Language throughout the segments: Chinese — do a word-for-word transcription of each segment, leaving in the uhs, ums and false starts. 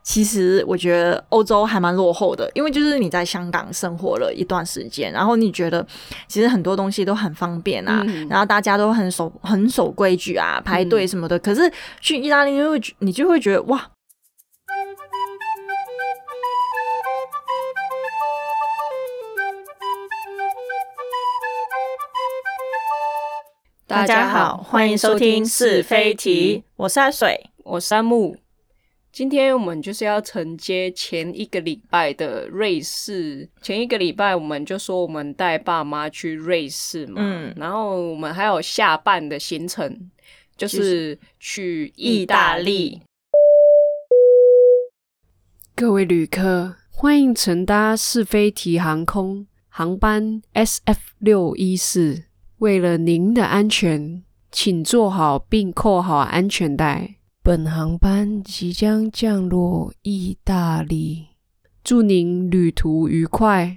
其实我觉得欧洲还蛮落后的，因为就是你在香港生活了一段时间，然后你觉得其实很多东西都很方便啊，嗯、然后大家都很守很守规矩啊，排队什么的。嗯、可是去意大利就会你就会觉得哇。大家好，欢迎收听是非题，我是阿水， 我是阿木。今天我们就是要承接前一个礼拜的瑞士，前一个礼拜我们就说我们带爸妈去瑞士嘛，嗯，然后我们还有下半的行程，就是去意大利。 各位旅客，欢迎乘搭是非题航空航班 S F 六一四，为了您的安全，请坐好并扣好安全带。本航班即将降落意大利，祝您旅途愉快。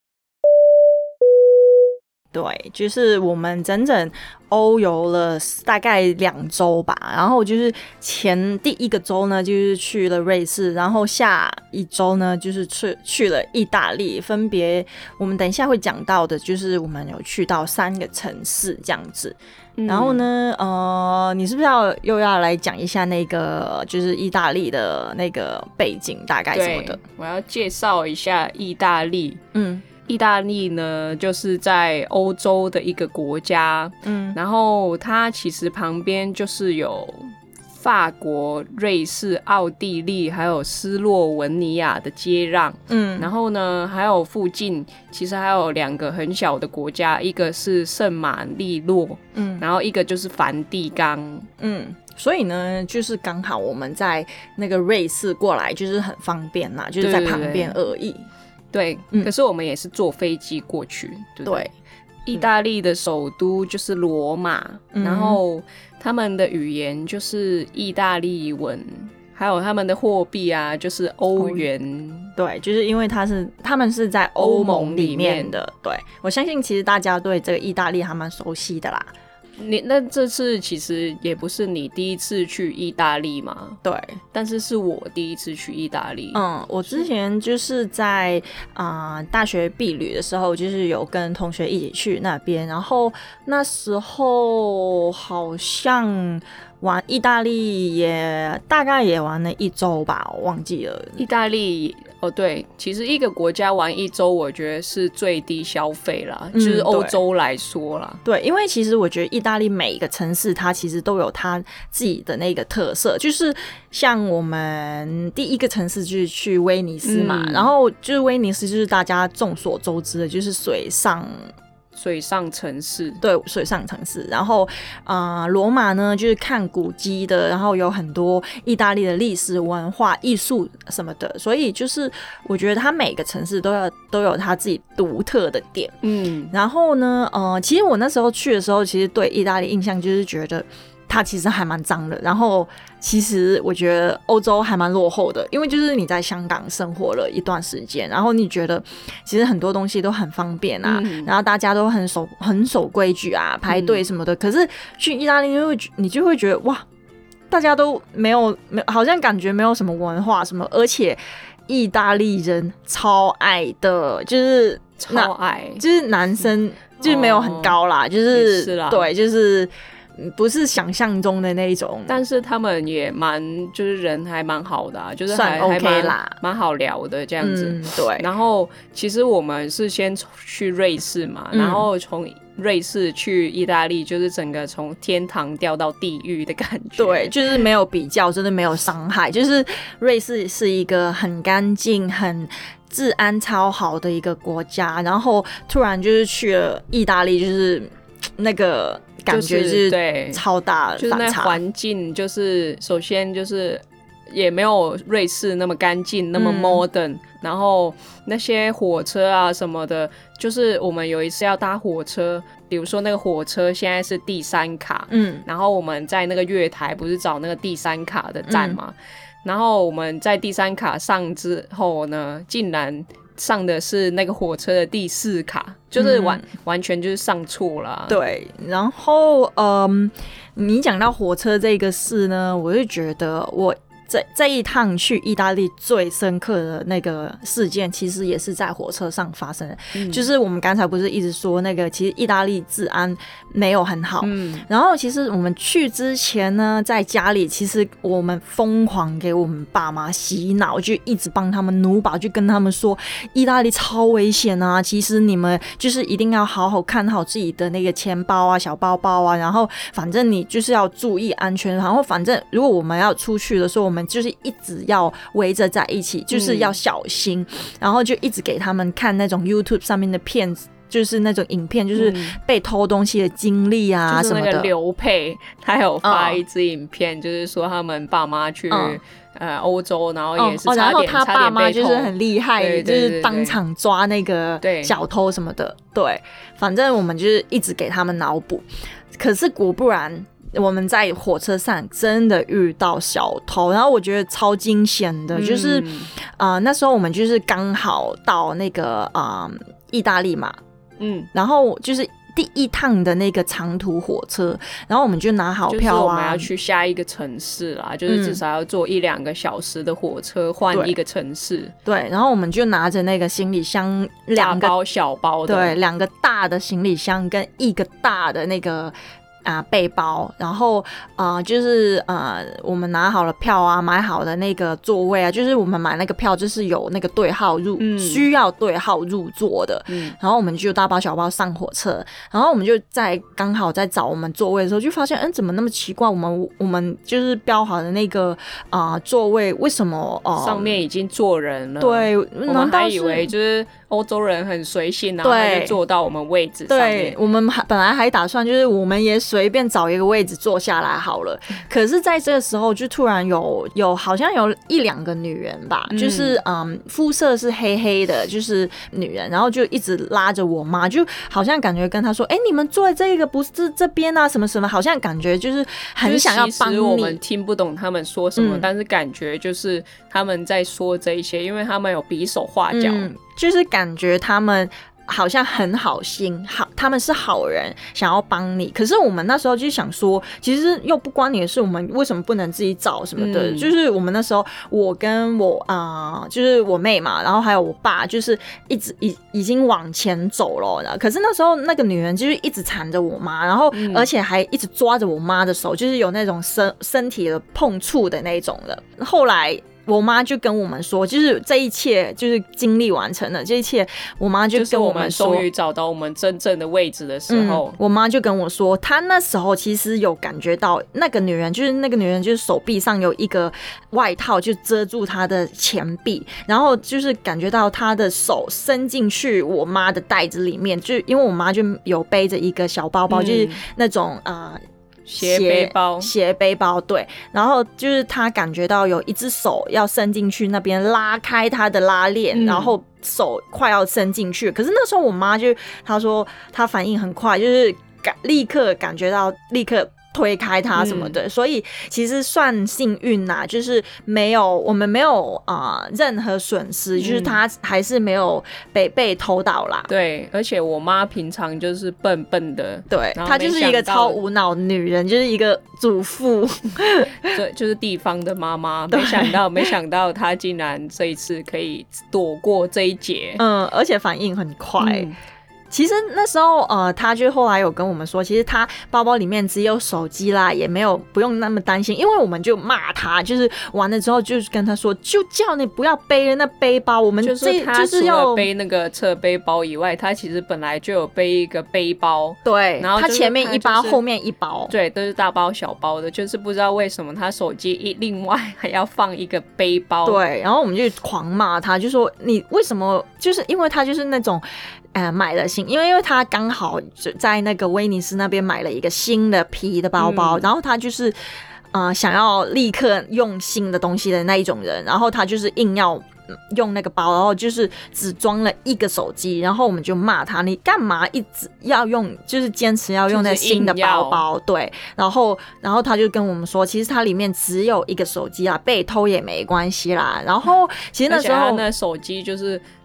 对，就是我们整整欧游了大概两周吧，然后就是前第一个周呢就是去了瑞士，然后下一周呢就是去去了意大利，分别我们等一下会讲到的，就是我们有去到三个城市这样子。嗯、然后呢，呃，你是不是要又要来讲一下那个就是意大利的那个背景大概什么的？ 我要介绍一下意大利。嗯。意大利呢，就是在欧洲的一个国家，嗯，然后它其实旁边就是有法国、瑞士、奥地利，还有斯洛文尼亚的接壤，嗯，然后呢，还有附近其实还有两个很小的国家，一个是圣马力诺，嗯，然后一个就是梵蒂冈， 嗯。所以呢，就是刚好我们在那个瑞士过来，就是很方便啦，就是在旁边而已。 对，嗯、可是我们也是坐飞机过去，对不对？对，意大利的首都就是罗马，嗯、然后他们的语言就是意大利文，还有他们的货币啊，就是欧元。 对，就是因为它是他们是在欧盟里面的。对，我相信其实大家对这个意大利还蛮熟悉的啦。 你那这次其实也不是你第一次去意大利嘛？ 对， 但是是我第一次去意大利。 嗯，我之前就是在啊、呃、大学毕旅的时候，就是有跟同学一起去那边，然后那时候好像玩意大利也大概也玩了一周吧，我忘记了。 意大利哦，对，其实一个国家玩一周，我觉得是最低消费啦，嗯、就是欧洲来说啦。 对，因为其实我觉得意大利每一个城市，它其实都有它自己的那个特色，就是像我们第一个城市就是去威尼斯嘛，嗯、然后就是威尼斯就是大家众所周知的，就是水上。 水上城市， 对，水上城市。然后，呃，罗马呢，就是看古迹的，然后有很多意大利的历史文化、艺术什么的，所以就是我觉得它每个城市都有都有它自己独特的点。嗯，然后呢，呃，其实我那时候去的时候，其实对意大利印象就是觉得它其实还蛮脏的，然后其实我觉得欧洲还蛮落后的，因为就是你在香港生活了一段时间，然后你觉得其实很多东西都很方便啊，嗯、然后大家都很守很守规矩啊，排队什么的。嗯、可是去意大利就会你就会觉得哇，大家都没有没好像感觉没有什么文化什么，而且意大利人超矮的，就是超矮， 就是男生就是没有很高啦，哦、就是是啦对，就是。不是想象中的那一种， 但是他们也蛮就是人还蛮好的、啊，就是还算 OK 啦， 蛮好聊的这样子、 嗯。对。 然后其实我们是先去瑞士嘛，嗯、然后从瑞士去意大利，就是整个从天堂掉到地狱的感觉。 对，就是没有比较，真的没有伤害。就是瑞士是一个很干净、很治安超好的一个国家，然后突然就是去了意大利，就是那个。感觉就是超大的反差， 就是那环境，就是首先就是也没有瑞士那么干净，那么 modern、嗯、然后那些火车啊什么的，就是我们有一次要搭火车，比如说那个火车现在是第三卡，嗯，然后我们在那个月台不是找那个第三卡的站嘛、嗯，然后我们在第三卡上之后呢，竟然上的是那个火车的第四卡，就是完、嗯、完全就是上错了。 对，然后嗯，你讲到火车这个事呢，我就觉得我这这一趟去意大利最深刻的那个事件，其实也是在火车上发生的。嗯、就是我们刚才不是一直说那个，其实意大利治安没有很好。嗯，然后其实我们去之前呢，在家里其实我们疯狂给我们爸妈洗脑，就一直帮他们努把，就跟他们说意大利超危险啊！其实你们就是一定要好好看好自己的那个钱包啊、小包包啊，然后反正你就是要注意安全。然后反正如果我们要出去的时候，我们就是一直要围着在一起，就是要小心。嗯、然后就一直给他们看那种 YouTube 上面的片子。就是那种影片，就是被偷东西的经历啊什么的。 就是那个刘佩，他有发一支影片，嗯、就是说他们爸妈去、嗯、呃欧洲，然后也是差点、 哦、然后他爸妈就是很厉害， 对对对对， 就是当场抓那个小偷什么的。对，对，反正我们就是一直给他们脑补。可是果不然，我们在火车上真的遇到小偷，然后我觉得超惊险的，就是、嗯呃、那时候我们就是刚好到那个呃意大利嘛。嗯，然后就是第一趟的那个长途火车，然后我们就拿好票啊， 就是我们要去下一个城市啦，就是至少要坐一两个小时的火车换一个城市。 对，然后我们就拿着那个行李箱，两个大包小包的， 对，两个大的行李箱跟一个大的那个。啊，背包，然后呃，就是呃，我们拿好了票啊，买好的那个座位啊，就是我们买那个票，就是有那个对号入，嗯、需要对号入座的。嗯，然后我们就大包小包上火车，然后我们就在刚好在找我们座位的时候，就发现，嗯，怎么那么奇怪？我们我们就是标好的那个啊、呃、座位，为什么呃上面已经坐人了？ 对， 我们还以为就是欧洲人很随性，然后他就坐到我们位置上面。 对，我们本来还打算就是我们也随便找一个位置坐下来好了，可是在这个时候就突然有有好像有一两个女人吧，嗯、就是嗯肤色是黑黑的，就是女人，然后就一直拉着我妈，就好像感觉跟她说，哎、欸，你们坐在这个不是这边啊，什么什么，好像感觉就是很想要帮你。 其实我们听不懂他们说什么，嗯、但是感觉就是他们在说这一些，因为他们有比手画脚，嗯、 就是感觉他们。好像很好心，好，他们是好人，想要帮你。可是我们那时候就想说，其实又不关你的事，我们为什么不能自己找什么的？嗯、就是我们那时候，我跟我啊、呃，就是我妹嘛，然后还有我爸，就是一直已已经往前走了。可是那时候那个女人就是一直缠着我妈，然后而且还一直抓着我妈的手，就是有那种身身体的碰触的那种的。后来。我妈就跟我们说，就是这一切就是经历完成了，这一切我妈就跟我们说， 就是、我们终于找到我们真正的位置的时候、嗯， 我妈就跟我说，她那时候其实有感觉到那个女人，就是那个女人，就是手臂上有一个外套就遮住她的前臂，然后就是感觉到她的手伸进去我妈的袋子里面，就因为我妈就有背着一个小包包，嗯、就是那种呃。 斜背包， 斜背包，对，然后就是他感觉到有一只手要伸进去那边拉开他的拉链，嗯、然后手快要伸进去，可是那时候我妈就她说她反应很快，就是感立刻感觉到立刻。推开他什么的、嗯、所以其实算幸运啦，就是没有我们没有、呃、任何损失、嗯、就是他还是没有被被偷到啦。 对，而且我妈平常就是笨笨的， 对，她就是一个超无脑的女人，就是一个主妇对，就是地方的妈妈，没想到没想到她竟然这一次可以躲过这一劫， 嗯，而且反应很快、嗯，其实那时候，呃，他就后来有跟我们说，其实他包包里面只有手机啦，也没有不用那么担心，因为我们就骂他，就是完了之后就跟他说，就叫你不要背了那背包，我们这就是他除了背那个侧背包以外，他其实本来就有背一个背包， 对， 然后他前面一包、 就是， 后面一包， 对，都是大包小包的，就是不知道为什么他手机一另外还要放一个背包， 对，然后我们就狂骂他，就说你为什么，就是因为他就是那种。呃，买了新，因为因为他刚好在那个威尼斯那边买了一个新的皮的包包，嗯、然后他就是呃想要立刻用新的东西的那一种人，然后他就是硬要用那个包，然后就是只装了一个手机，然后我们就骂他，你干嘛一直要用，就是坚持要用那新的包包，对，然后然后他就跟我们说，其实它里面只有一个手机啦，被偷也没关系啦，然后其实那时候那手机就是。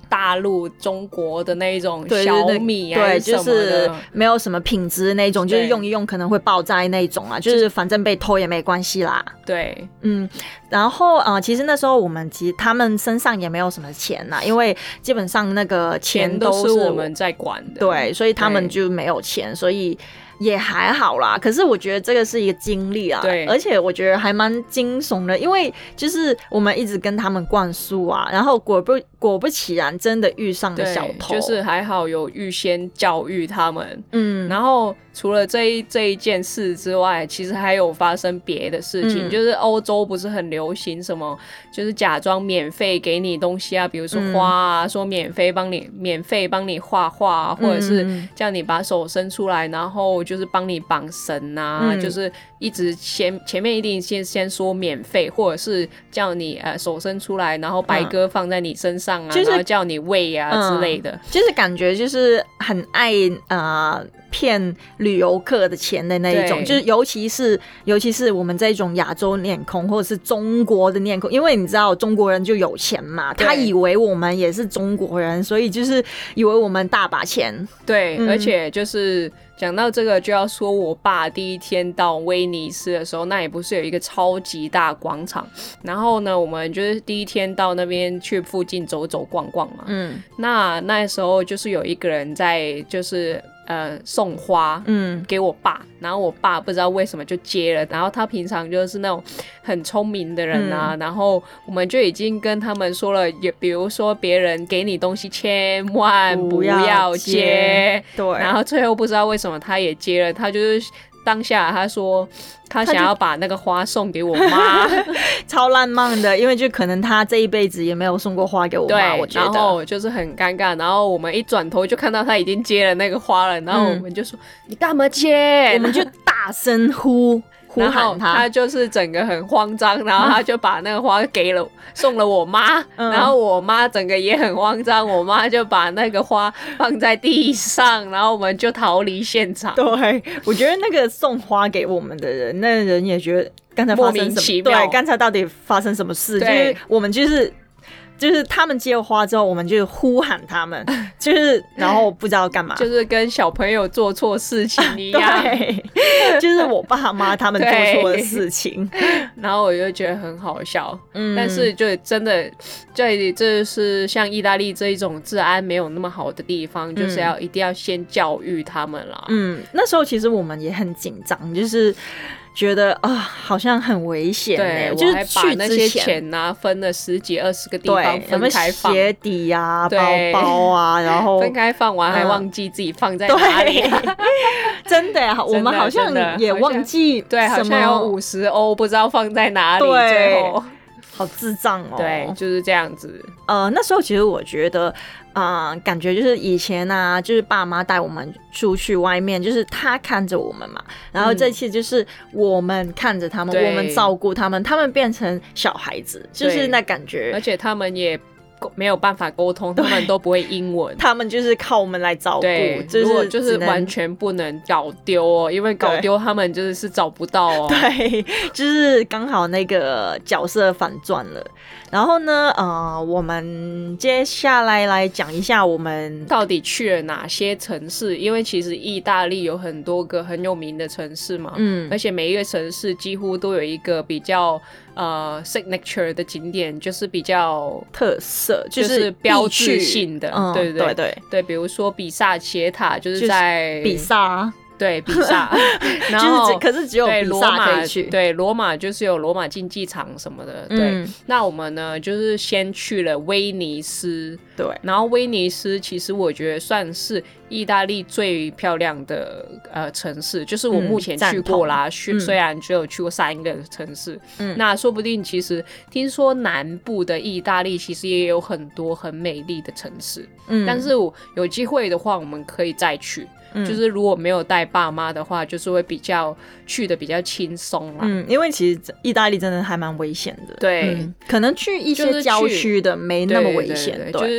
大陆中国的那一种对小米啊对， 什么的， 就是没有什么品质的那种，就是用一用可能会爆炸的那种啊，就是反正被偷也没关系啦。 对， 嗯，然后呃，其实那时候我们其实他们身上也没有什么钱啦，因为基本上那个钱钱都都是我们在管的， 对，所以他们就没有钱，所以也还好啦。可是我觉得这个是一个经历啊， 对， 而且我觉得还蛮惊悚的，因为就是我们一直跟他们灌输啊，然后果不果不其然，真的遇上了小偷， 就是还好有预先教育他们， 嗯， 然后除了这一这一件事之外，其实还有发生别的事情，嗯、就是欧洲不是很流行什么，就是假装免费给你东西啊，比如说花啊，嗯、说免费帮你免费帮你画画、啊，或者是叫你把手伸出来，然后就是帮你绑绳啊，嗯、就是一直先前面一定先先说免费，或者是叫你呃手伸出来，然后白鸽放在你身上啊，嗯、然后叫你喂啊、嗯、之类的， 就是感觉就是很爱呃骗旅游客的钱的那一种，就是尤其是尤其是我们这种亚洲脸孔或者是中国的脸孔，因为你知道中国人就有钱嘛，他以为我们也是中国人，所以就是以为我们大把钱。 对， 嗯、 而且就是讲到这个就要说我爸第一天到威尼斯的时候，那也不是有一个超级大广场，然后呢我们就是第一天到那边去附近走走逛逛嘛，嗯，那那时候就是有一个人在就是呃送花嗯给我爸，然后我爸不知道为什么就接了，然后他平常就是那种很聪明的人啊、嗯、然后我们就已经跟他们说了，也比如说别人给你东西千万不要接，对，然后最后不知道为什么他也接了，他就是当下他说他想要把那个花送给我妈， 超浪漫的，因为就可能他这一辈子也没有送过花给我妈，我觉得， 然后就是很尴尬，然后我们一转头就看到他已经接了那个花了，然后我们就说、嗯、你干嘛接？ 我们就大声呼呼喊他， 他就是整个很慌张，然后他就把那个花给了送了我妈、嗯、然后我妈整个也很慌张，我妈就把那个花放在地上，然后我们就逃离现场。 对，我觉得那个送花给我们的人，那人也觉得刚才发生什么， 莫名其妙， 对，刚才到底发生什么事，就是我们就是就是他们接了花之后，我们就呼喊他们，就是然后不知道干嘛， 就是跟小朋友做错事情一样， 对，就是我爸妈他们做错的事情， 然后我就觉得很好笑，嗯，但是就真的，这这是像意大利这一种治安没有那么好的地方，嗯、就是要一定要先教育他们啦。嗯， 那时候其实我们也很紧张，就是觉得啊、呃，好像很危险、欸， 对， 就是我还把那些钱啊分了十几二十个地方分开放， 鞋底啊、包包啊，然后分开放完还忘记自己放在哪里、啊嗯，真的呀、啊，我们好像也忘记， 对，好像有五十欧不知道放在哪里，最后好智障哦， 对，就是这样子。 呃，那时候其实我觉得。嗯、呃，感觉就是以前啊，就是爸妈带我们出去外面，就是他看着我们嘛，然后这次就是我们看着他们、嗯，我们照顾他们，他们变成小孩子，就是那感觉， 而且他们也没有办法沟通，他们都不会英文， 他们就是靠我们来照顾，就是如果就是完全不能搞丢哦，因为搞丢他们就是是找不到哦， 对，就是刚好那个角色反转了。然后呢，呃，我们接下来来讲一下我们到底去了哪些城市，因为其实意大利有很多个很有名的城市嘛，嗯，而且每一个城市几乎都有一个比较呃 signature 的景点，就是比较特色， 就是标志性的， 嗯、 对对对对对，比如说比萨斜塔就是在、 就是、比萨。 对，比萨，然后、 就是、可是只有比萨可以去。 对，罗马就是有罗马竞技场什么的。对、嗯，那我们呢，就是先去了威尼斯。 对， 然后威尼斯其实我觉得算是意大利最漂亮的呃城市，就是我目前去过啦，嗯、虽然只有去过三个城市、嗯，那说不定其实听说南部的意大利其实也有很多很美丽的城市，嗯，但是我有机会的话，我们可以再去。嗯、就是如果没有带爸妈的话，就是会比较去的比较轻松啦。 嗯，因为其实意大利真的还蛮危险的。 对、 嗯，可能去一些郊区的没那么危险。 对，对对对，就是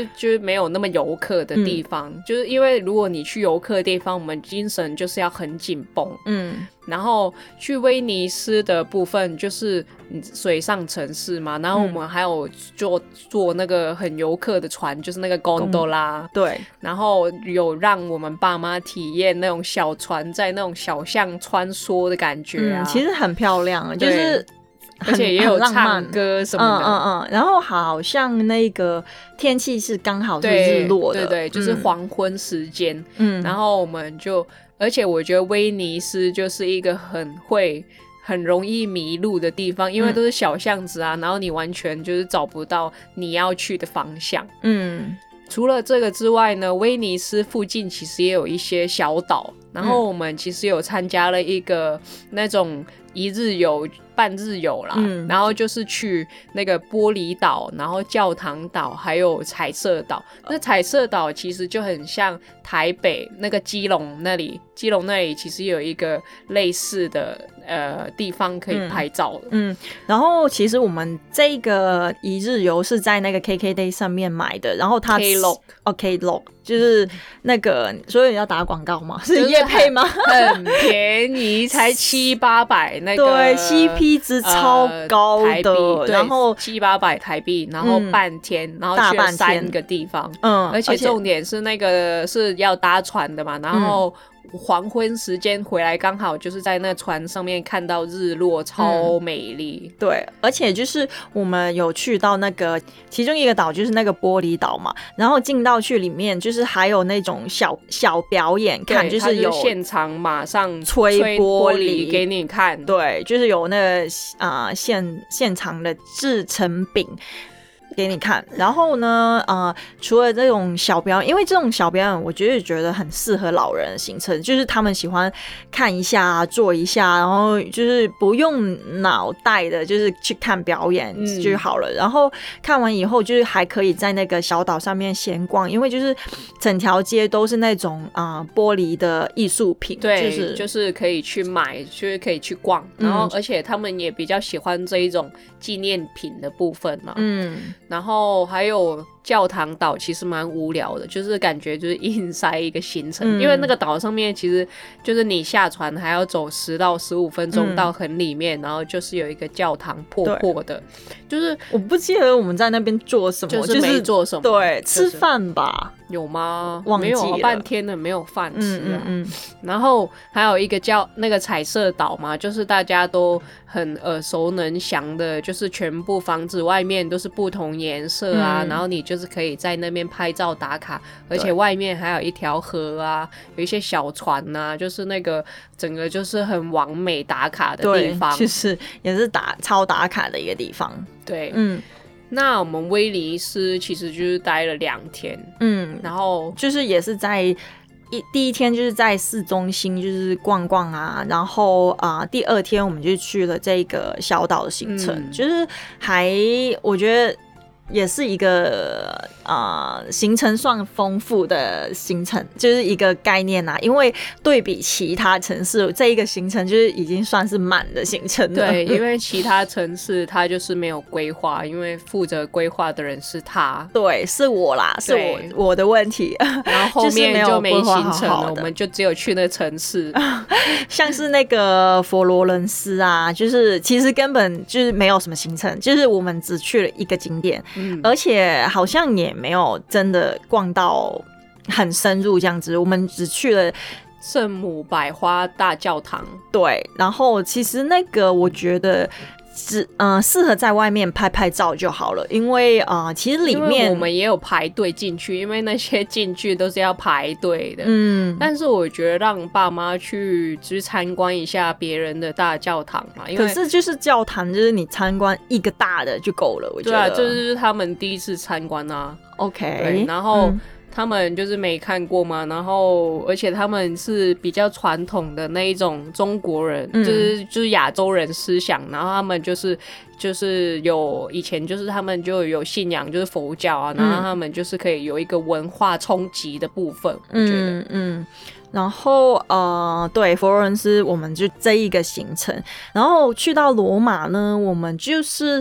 就是没有那么游客的地方、嗯、就是因为如果你去游客的地方，我们精神就是要很紧绷，嗯，然后去威尼斯的部分就是水上城市嘛，然后我们还有坐坐那个很游客的船，就是那个 gondola， 对， 然后有让我们爸妈体验那种小船在那种小巷穿梭的感觉啊、 嗯、其实很漂亮，就是而且也有唱歌什么的， 嗯嗯嗯，然后好像那个天气是刚好是日落的， 对对对，就是黄昏时间，嗯，然后我们就，而且我觉得威尼斯就是一个很会很容易迷路的地方，因为都是小巷子啊、嗯、然后你完全就是找不到你要去的方向，嗯，除了这个之外呢，威尼斯附近其实也有一些小岛，然后我们其实有参加了一个那种一日游半日游啦、嗯、然后就是去那个玻璃岛，然后教堂岛还有彩色岛。那彩色岛其实就很像台北那个基隆那里，基隆那里其实有一个类似的呃地方可以拍照的。 嗯，嗯然后其实我们这个一日游是在那个 K K Day 上面买的，然后它 Klook 哦 Klook 就是那个，所以要打广告吗？是业配吗？ 很便宜，才七八百那个， 对 C P 值超高的， 呃、 然后七八百台币，然后半天，嗯、然后去了三个地方，嗯，而且重点是那个是要搭船的嘛，然后。黄昏时间回来刚好就是在那船上面看到日落，超美丽、嗯、 对，而且就是我们有去到那个其中一个岛就是那个玻璃岛嘛，然后进到去里面就是还有那种小小表演看，就是有就现场马上吹玻璃给你看， 对，就是有那个呃现现场的制成饼给你看，然后呢，呃，除了这种小表演，因为这种小表演，我觉得觉得很适合老人的行程，就是他们喜欢看一下、做一下，然后就是不用脑袋的，就是去看表演就好了。嗯、然后看完以后，就是还可以在那个小岛上面闲逛，因为就是整条街都是那种啊、呃、玻璃的艺术品， 对， 就是就是可以去买，就是可以去逛，然后、嗯、而且他们也比较喜欢这一种纪念品的部分嘛，嗯。然后还有教堂岛其实蛮无聊的，就是感觉就是硬塞一个行程、嗯、因为那个岛上面其实就是你下船还要走十到十五分钟到很里面、嗯、然后就是有一个教堂破破的，就是我不记得我们在那边做什么， 就是没做什么、 就是、对、 就是、 吃饭吧， 有吗？ 忘记了， 没有，半天了没有饭吃啊。嗯嗯嗯然后还有一个叫那个彩色岛嘛，就是大家都很耳熟能详的，就是全部房子外面都是不同颜色啊、嗯、然后你就是可以在那边拍照打卡，而且外面还有一条河啊，有一些小船啊，就是那个整个就是很完美打卡的地方， 对，就是也是打超打卡的一个地方。 对，嗯。那我们威尼斯其实就是待了两天，嗯，然后就是也是在一第一天就是在市中心就是逛逛啊，然后啊、呃、第二天我们就去了这个小岛的行程、嗯，就是还我觉得也是一个呃行程算丰富的行程，就是一个概念啊。因为对比其他城市，这一个行程就是已经算是满的行程了。 对，因为其他城市它就是没有规划，因为负责规划的人是他。 对，是我啦，是我我的问题。 然后后面就没行程了，我们就只有去那城市， 像是那个佛罗伦斯啊，就是其实根本就是没有什么行程，就是我们只去了一个景点。嗯、而且好像也没有真的逛到很深入这样子，我们只去了圣母百花大教堂。 对，然后其实那个我觉得只呃适合在外面拍拍照就好了，因为呃其实里面我们也有排队进去，因为那些进去都是要排队的。嗯，但是我觉得让爸妈去去参观一下别人的大教堂嘛，因为可是就是教堂就是你参观一个大的就够了，我觉得。 对啊，这就是他们第一次参观啊。 OK， 对，然后。 嗯他们就是没看过嘛，然后而且他们是比较传统的那一种中国人，嗯、就是就是亚洲人思想，然后他们就是就是有以前就是他们就有信仰就是佛教啊，然后他们就是可以有一个文化冲击的部分， 嗯、 我觉得嗯。嗯然后呃，对，佛罗伦斯我们就这一个行程，然后去到罗马呢，我们就是。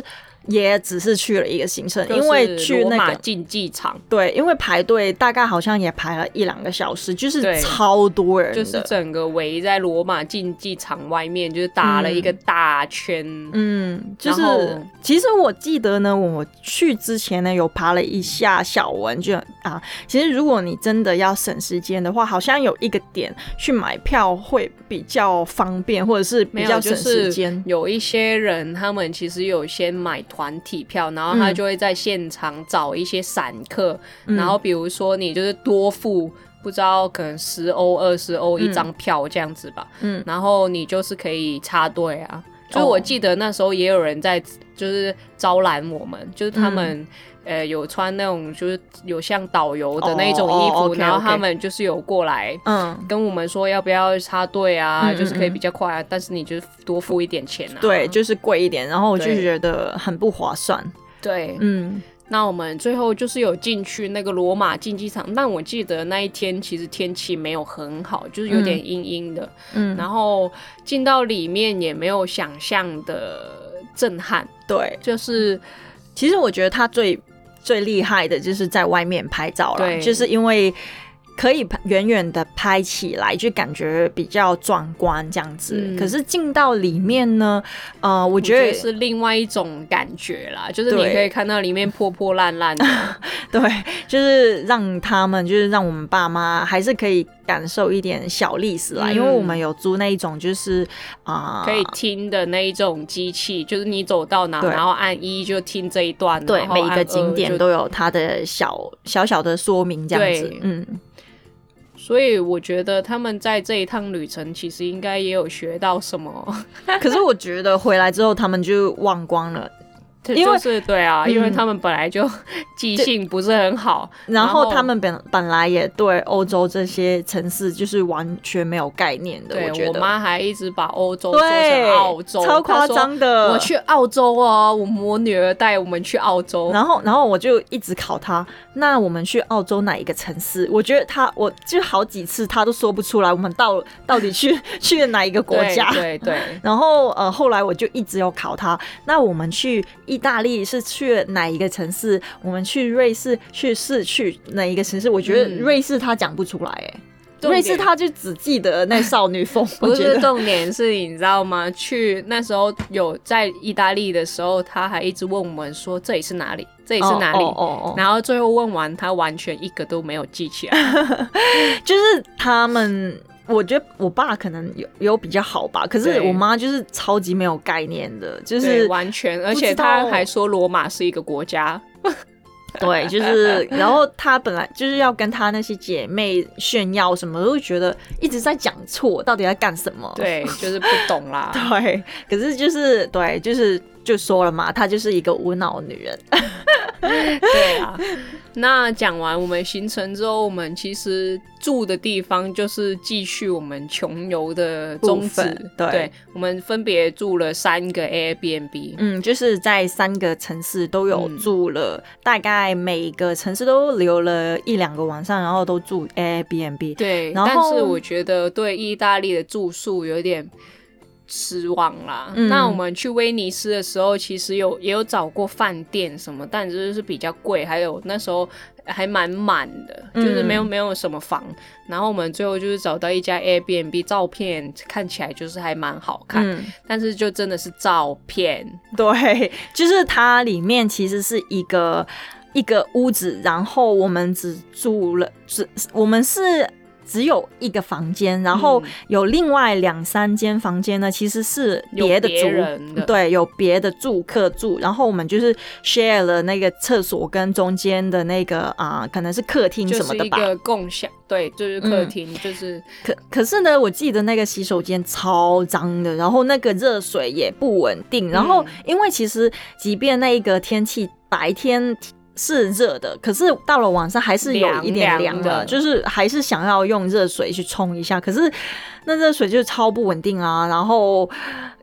也只是去了一个行程，因为去那个竞技场， 对，因为排队大概好像也排了一两个小时，就是超多人的， 就是整个围在罗马竞技场外面，就是打了一个大圈。 嗯，就是其实我记得呢，我去之前呢有爬了一下小文，就啊，其实如果你真的要省时间的话，好像有一个点去买票会比较方便，或者是比较省时间。 就是、有一些人他们其实有先买团体票，然后他就会在现场找一些散客、嗯、然后比如说你就是多付不知道可能十欧二十欧一张票这样子吧，嗯，然后你就是可以插队啊，就是我记得那时候也有人在就是招揽我们，就是他们、嗯呃，有穿那种就是有像导游的那种衣服、oh, okay, okay. 然后他们就是有过来嗯跟我们说要不要插队啊、嗯、就是可以比较快啊、嗯、但是你就多付一点钱啊， 对，就是贵一点，然后我就觉得很不划算。 对，嗯，那我们最后就是有进去那个罗马竞技场，但我记得那一天其实天气没有很好，就是有点阴阴的，嗯，然后进到里面也没有想象的震撼， 对， 就是其实我觉得他最最厉害的就是在外面拍照啦，就是因为可以远远的拍起来，就感觉比较壮观这样子、嗯、可是进到里面呢呃，我觉得, 我觉得是另外一种感觉啦，就是你可以看到里面破破烂烂的对，就是让他们就是让我们爸妈还是可以感受一点小历史啦、嗯、因为我们有租那一种就是啊、呃、 可以听的那一种机器，就是你走到哪然后按一就听这一段， 对，每一个景点都有它的小小小的说明这样子，嗯， 所以我觉得他们在这一趟旅程其实应该也有学到什么可是我觉得回来之后他们就忘光了， 因为、就是对啊、嗯、因为他们本来就记性不是很好， 然后他们 本, 本来也对欧洲这些城市就是完全没有概念的。 对， 我觉得我妈还一直把欧洲说成澳洲， 超夸张的， 我去澳洲哦，我我女儿带我们去澳洲， 然后然后我就一直考她，那我们去澳洲哪一个城市？我觉得她我就好几次她都说不出来，我们到到底去去了哪一个国家？ 对 对, 对然后呃后来我就一直有考她，那我们去意大利是去了哪一个城市？我们去瑞士去是去哪一个城市？我觉得瑞士她讲不出来哎、欸，瑞士她就只记得那少女峰。 不是，重点是你知道吗？去那时候有在意大利的时候，他还一直问我们说这里是哪里，这里是哪里， oh, oh, oh, oh. 然后最后问完，他完全一个都没有记起来。 就是他们。我觉得我爸可能有有比较好吧，可是我妈就是超级没有概念的，就是完全，而且他还说罗马是一个国家。 对，就是然后他本来就是要跟他那些姐妹炫耀什么，都觉得一直在讲错，到底在干什么？ 对，就是不懂啦。 对，可是就是对，就是就说了嘛，她就是一个无脑女人。 对啊，那讲完我们行程之后，我们其实住的地方就是继续我们穷游的宗旨。对，对，我们分别住了三个 Airbnb， 嗯，就是在三个城市都有住了，嗯、大概每个城市都留了一两个晚上，然后都住 Airbnb。 对，然后但是我觉得对意大利的住宿有点失望啦、嗯、那我们去威尼斯的时候其实有也有找过饭店什么，但就是比较贵，还有那时候还蛮满的，就是没有、嗯、没有什么房，然后我们最后就是找到一家 Airbnb， 照片看起来就是还蛮好看、嗯、但是就真的是照片。 对，就是它里面其实是一个一个屋子，然后我们只住了只我们是只有一个房间，然后有另外两三间房间呢，其实是别的住人的， 对，有别的住客住，然后我们就是 share 了那个厕所跟中间的那个啊、呃，可能是客厅什么的吧， 就是一个共享，对，就是客厅、嗯，就是可可是呢，我记得那个洗手间超脏的，然后那个热水也不稳定，然后因为其实即便那个天气白天是热的，可是到了晚上还是有一点凉的，凉凉的就是还是想要用热水去冲一下，可是那热水就超不稳定啊，然后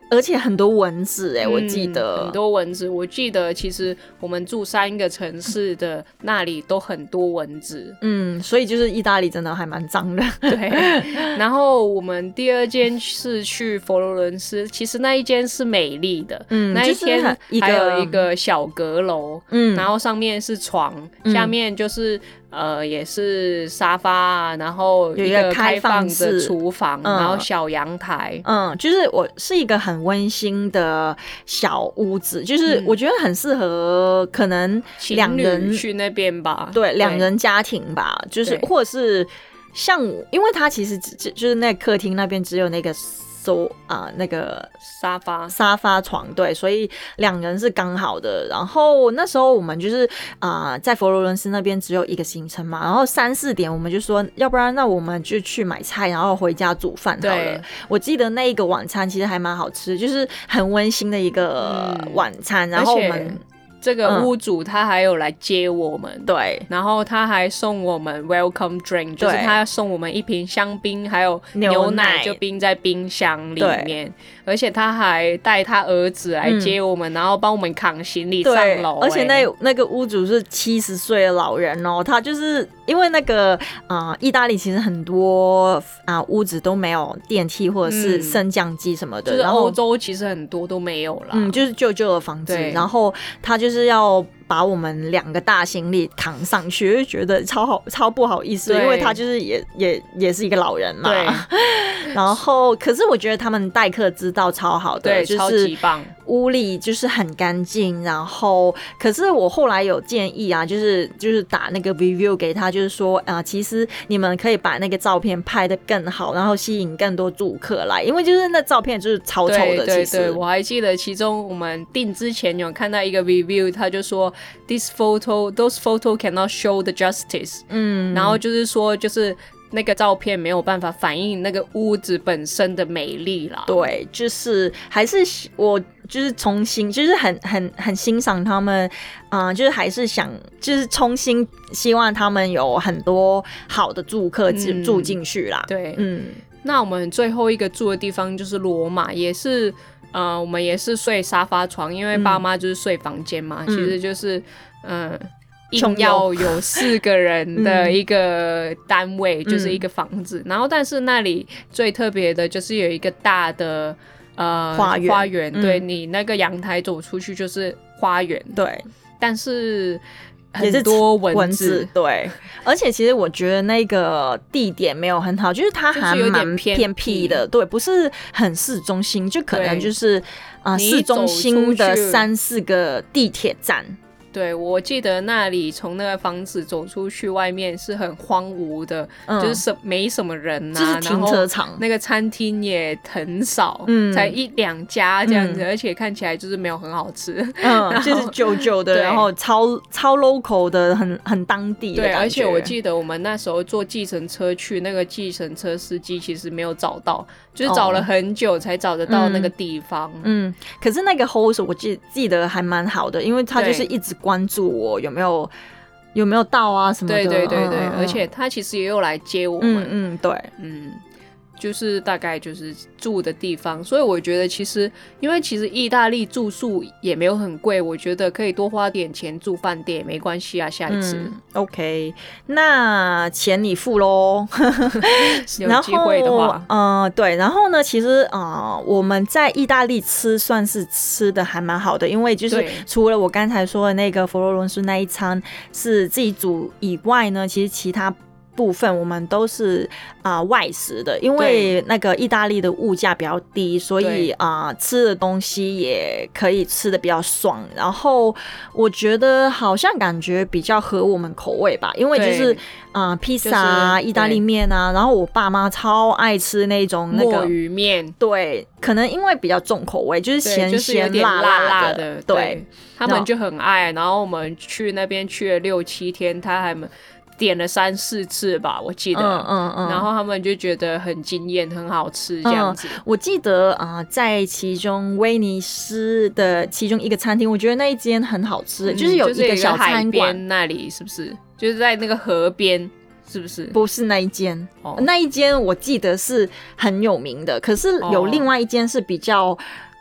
而且很多蚊子哎、欸，我记得、 嗯、很多蚊子。我记得其实我们住三个城市的那里都很多蚊子， 嗯，所以就是意大利真的还蛮脏的。 对，然后我们第二间是去佛罗伦斯，其实那一间是美丽的，嗯，那一天还有一个小阁楼，嗯，然后上面是床，嗯、下面就是呃也是沙发啊，然后一个开放的厨房，嗯、然后小阳台， 嗯，就是我是一个很温馨的小屋子，就是我觉得很适合可能两人去那边吧， 对，两人家庭吧，就是或者是像我，因为它其实只就是那客厅那边只有那个。So, 啊、呃，那个沙发沙发床，对，所以两人是刚好的。然后那时候我们就是啊、呃，在佛罗伦斯那边只有一个行程嘛，然后三四点我们就说，要不然那我们就去买菜，然后回家煮饭好了。我记得那一个晚餐其实还蛮好吃，就是很温馨的一个晚餐。嗯、然后我们。 这个屋主他还有来接我们， 嗯、对， 然后他还送我们 welcome drink， 就是他送我们一瓶香槟，还有牛奶就冰在冰箱里面，而且他还带他儿子来接我们，嗯、然后帮我们扛行李上楼、欸。 而且那那个屋主是七十岁的老人哦，他就是因为那个啊、呃，意大利其实很多啊、呃、屋子都没有电梯或者是升降机什么的， 嗯、就是欧洲其实很多都没有啦， 嗯，就是旧旧的房子，然后他就是。是要把我们两个大行李扛上去，就觉得超好超不好意思，因为他就是也也也是一个老人嘛。对。然后，可是我觉得他们待客之道超好的， 对， 就是超级棒。 屋里就是很干净，然后，可是我后来有建议啊，就是就是打那个 review 给他，就是说啊、呃，其实你们可以把那个照片拍得更好，然后吸引更多住客来，因为就是那照片就是超丑的。 对对对， 我还记得其中我们订之前有看到一个 review， 他就说 this photo those photo cannot show the justice， 嗯，然后就是说就是那个照片没有办法反映那个屋子本身的美丽啦。 对，就是还是我就是重新就是很很很欣赏他们，嗯、呃，就是还是想就是重新希望他们有很多好的住客住住进去啦。 对，嗯，那我们最后一个住的地方就是罗马，也是。呃，我们也是睡沙发床，因为爸妈就是睡房间嘛、嗯，其实就是嗯、呃，硬要有四个人的一个单位，嗯、就是一个房子。然后，但是那里最特别的就是有一个大的呃花园， 花园，对、嗯、你那个阳台走出去就是花园， 对， 但是。很多蚊子， 蚊子对，而且其实我觉得那个地点没有很好，就是它还蛮偏僻的，对，不是很市中心，就可能就是啊、呃、市中心的三四个地铁站。 对，我记得那里从那个房子走出去，外面是很荒芜的，嗯、就是什没什么人啊， 就是停车场， 那个餐厅也很少，嗯、才一两家这样子、嗯，而且看起来就是没有很好吃， 嗯，就是旧旧的，然后超超 local 的，很很当地的感觉。 对，而且我记得我们那时候坐计程车去，那个计程车司机其实没有找到，就是找了很久才找得到那个地方。 嗯，嗯可是那个 host 我记记得还蛮好的，因为他就是一直关注我有没有有没有到啊什么的， 对对对对、嗯，而且他其实也有来接我们， 嗯嗯，对， 嗯，就是大概就是住的地方，所以我觉得其实因为其实意大利住宿也没有很贵，我觉得可以多花点钱住饭店没关系啊，下一次、 嗯、OK， 那钱你付咯有机会的话， 嗯、呃，对，然后呢，其实呃我们在意大利吃算是吃的还蛮好的，因为就是除了我刚才说的那个佛罗伦斯那一餐是自己煮以外呢，其实其他部分我们都是啊、呃、外食的，因为那个意大利的物价比较低，所以啊、呃、吃的东西也可以吃的比较爽。然后我觉得好像感觉比较合我们口味吧，因为就是啊、呃、披萨啊、就是、意大利面啊，然后我爸妈超爱吃那种那个墨鱼面， 对，可能因为比较重口味，就是咸咸辣辣辣的， 对， 对他们就很爱。然后我们去那边去了六七天，他还点了三四次吧，我记得，嗯嗯嗯，然后他们就觉得很惊艳，很好吃这样子。 嗯、我记得啊、呃，在其中威尼斯的其中一个餐厅，我觉得那一间很好吃，嗯、就是有一个小餐馆那里，是不是？就是在那个河边，是不是？ 不是那一间，哦、那一间我记得是很有名的，可是有另外一间是比较。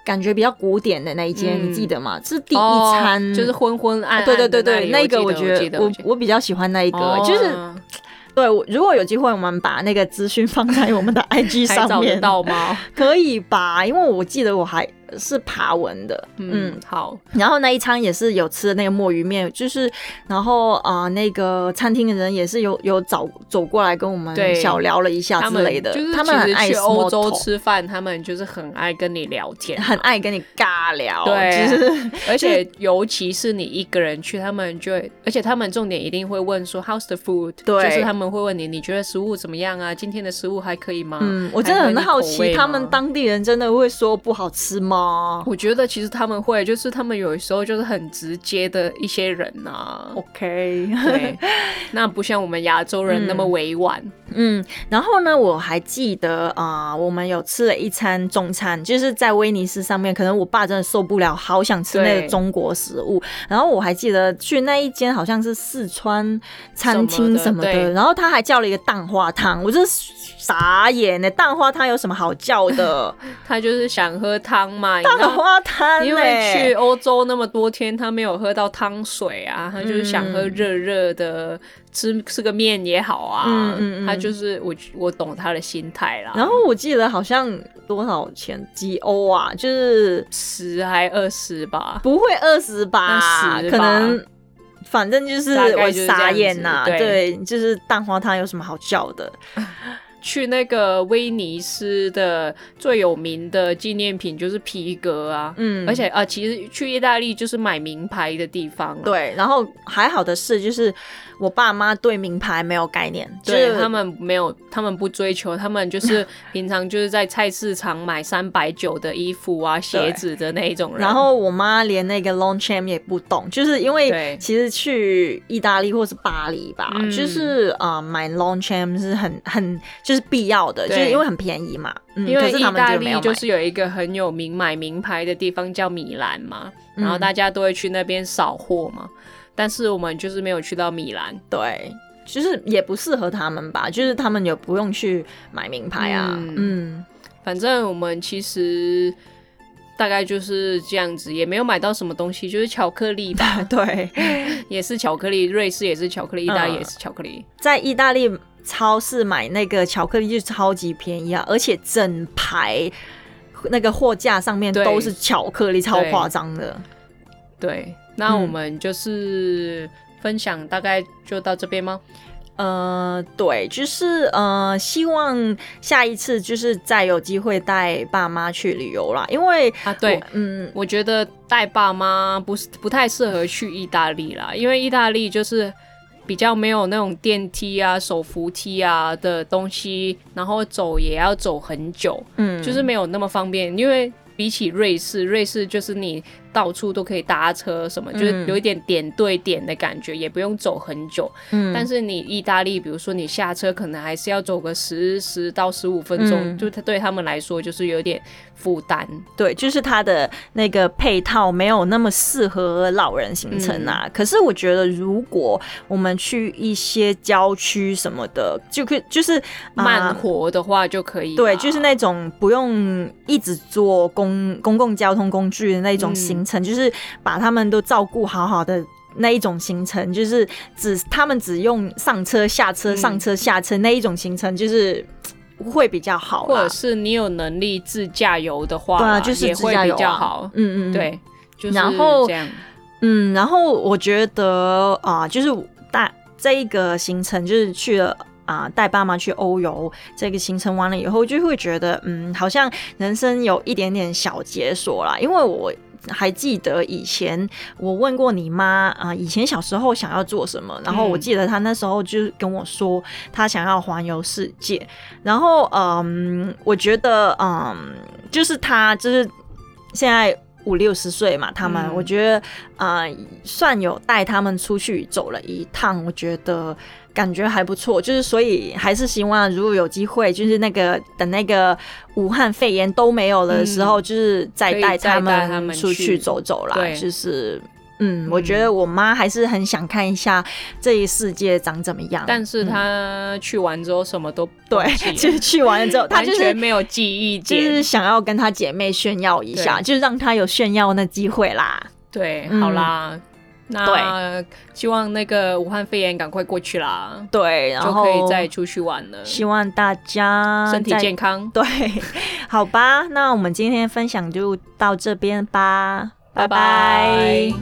感觉比较古典的那一间，嗯、你记得吗？是第一餐， 哦、就是昏昏暗暗、 哦。对对对对，那个我觉得我我我比较喜欢那一个， 哦、 就是。对，如果有机会，我们把那个资讯放在我们的 I G 上面， 还找得到吗？ 可以吧？因为我记得我还是爬文的， 嗯， 嗯好。 然后那一餐也是有吃的那个墨鱼面，就是然后啊、呃，那个餐厅的人也是有有走走过来跟我们小聊了一下之类的。 就是他们很爱去欧洲吃饭，他们就是很爱跟你聊天， 很爱跟你尬聊。 对， 就是、 而且尤其是你一个人去，他们就会，而且他们重点一定会问说 How's the food？ 对， 就是他们会问你，你觉得食物怎么样啊？今天的食物还可以吗？ 嗯，我真的很好奇，他们当地人真的会说不好吃吗？ 我觉得其实他们会，就是他们有时候就是很直接的一些人啊。 OK， 对，那不像我们亚洲人那么委婉。 嗯，嗯然后呢，我还记得啊、呃，我们有吃了一餐中餐，就是在威尼斯上面，可能我爸真的受不了，好想吃那个中国食物。然后我还记得去那一间好像是四川餐厅什么的， 什么的然后他还叫了一个蛋花汤，我真傻眼呢，蛋花汤有什么好叫的？ 他就是想喝汤嘛， 蛋花汤， 因为去欧洲那么多天，他没有喝到汤水啊，他就是想喝热热的，嗯、吃吃个面也好啊。嗯嗯嗯他就是我我懂他的心态啦。 然后我记得好像多少钱几欧啊？就是十还二十吧？ 不会二十吧？可能。反正就是我傻眼呐、啊，对，就是蛋花汤有什么好叫的？ 去那个威尼斯的最有名的纪念品就是皮革啊，嗯，而且啊，其实去意大利就是买名牌的地方、啊。 对，然后还好的是，就是我爸妈对名牌没有概念， 对、 就是、 他们没有，他们不追求，他们就是平常就是在菜市场买三百九的衣服啊、鞋子的那一种人。 然后我妈连那个 Longchamp 也不懂，就是因为其实去意大利或是巴黎吧，就是啊、呃、买 Longchamp 是很很就是必要的，就是因为很便宜嘛。嗯、 因为意大利就是有一个很有名买名牌的地方叫米兰嘛，嗯、然后大家都会去那边扫货嘛。但是我们就是没有去到米兰， 对，就是也不适合他们吧，就是他们也不用去买名牌啊，嗯，嗯反正我们其实大概就是这样子，也没有买到什么东西，就是巧克力吧， 对， 也是巧克力，瑞士也是巧克力，意大利也是巧克力， 嗯、在意大利超市买那个巧克力就超级便宜啊，而且整排那个货架上面都是巧克力，超夸张的， 对。那我们就是分享大概就到这边吗？ 呃，对，就是呃，希望下一次就是再有机会带爸妈去旅游啦，因为啊，对，嗯，我觉得带爸妈不是不太适合去意大利啦，因为意大利就是比较没有那种电梯啊、手扶梯啊的东西，然后走也要走很久，嗯，就是没有那么方便，因为比起瑞士，瑞士就是你到处都可以搭车什么、嗯、就是有一点点对点的感觉，也不用走很久、嗯、但是你意大利比如说你下车可能还是要走个十十到十五分钟、嗯、就对他们来说就是有点负担， 对，就是它的那个配套没有那么适合老人行程啊、嗯、可是我觉得如果我们去一些郊区什么的就可以就是慢活的话就可以、啊、 对，就是那种不用一直坐公公共交通工具的那种行程、嗯、就是把他们都照顾好好的那一种行程，就是只他们只用上车下车、嗯、上车下车那一种行程，就是会比较好啦， 或者是你有能力自驾游的话， 对啊，就是自驾游、啊、也会比较好，嗯嗯，对，就是这样。 嗯，然后我觉得啊、呃，就是大这一个行程就是去了。啊，带爸妈去欧游这个行程完了以后，就会觉得，嗯，好像人生有一点点小解锁啦。因为我还记得以前我问过你妈啊，以前小时候想要做什么，然后我记得她那时候就跟我说，她想要环游世界。然后，嗯，我觉得，嗯，就是她就是现在五六十岁嘛，他们、嗯、我觉得，啊、呃，算有带他们出去走了一趟，我觉得。感觉还不错，就是所以还是希望如果有机会，就是那个等那个武汉肺炎都没有的时候，嗯、就是再带他们出去走走啦。就是嗯，我觉得我妈还是很想看一下这一世界长怎么样， 但是她去完之后什么都对，就是去完了之后，她就是完全没有记忆点， 就是想要跟她姐妹炫耀一下，就是让她有炫耀那机会啦。 对， 嗯、 好啦。那希望那个武汉肺炎赶快过去啦， 对，然后就可以再出去玩了。 希望大家身体健康。 对，好吧，那我们今天分享就到这边吧，拜拜。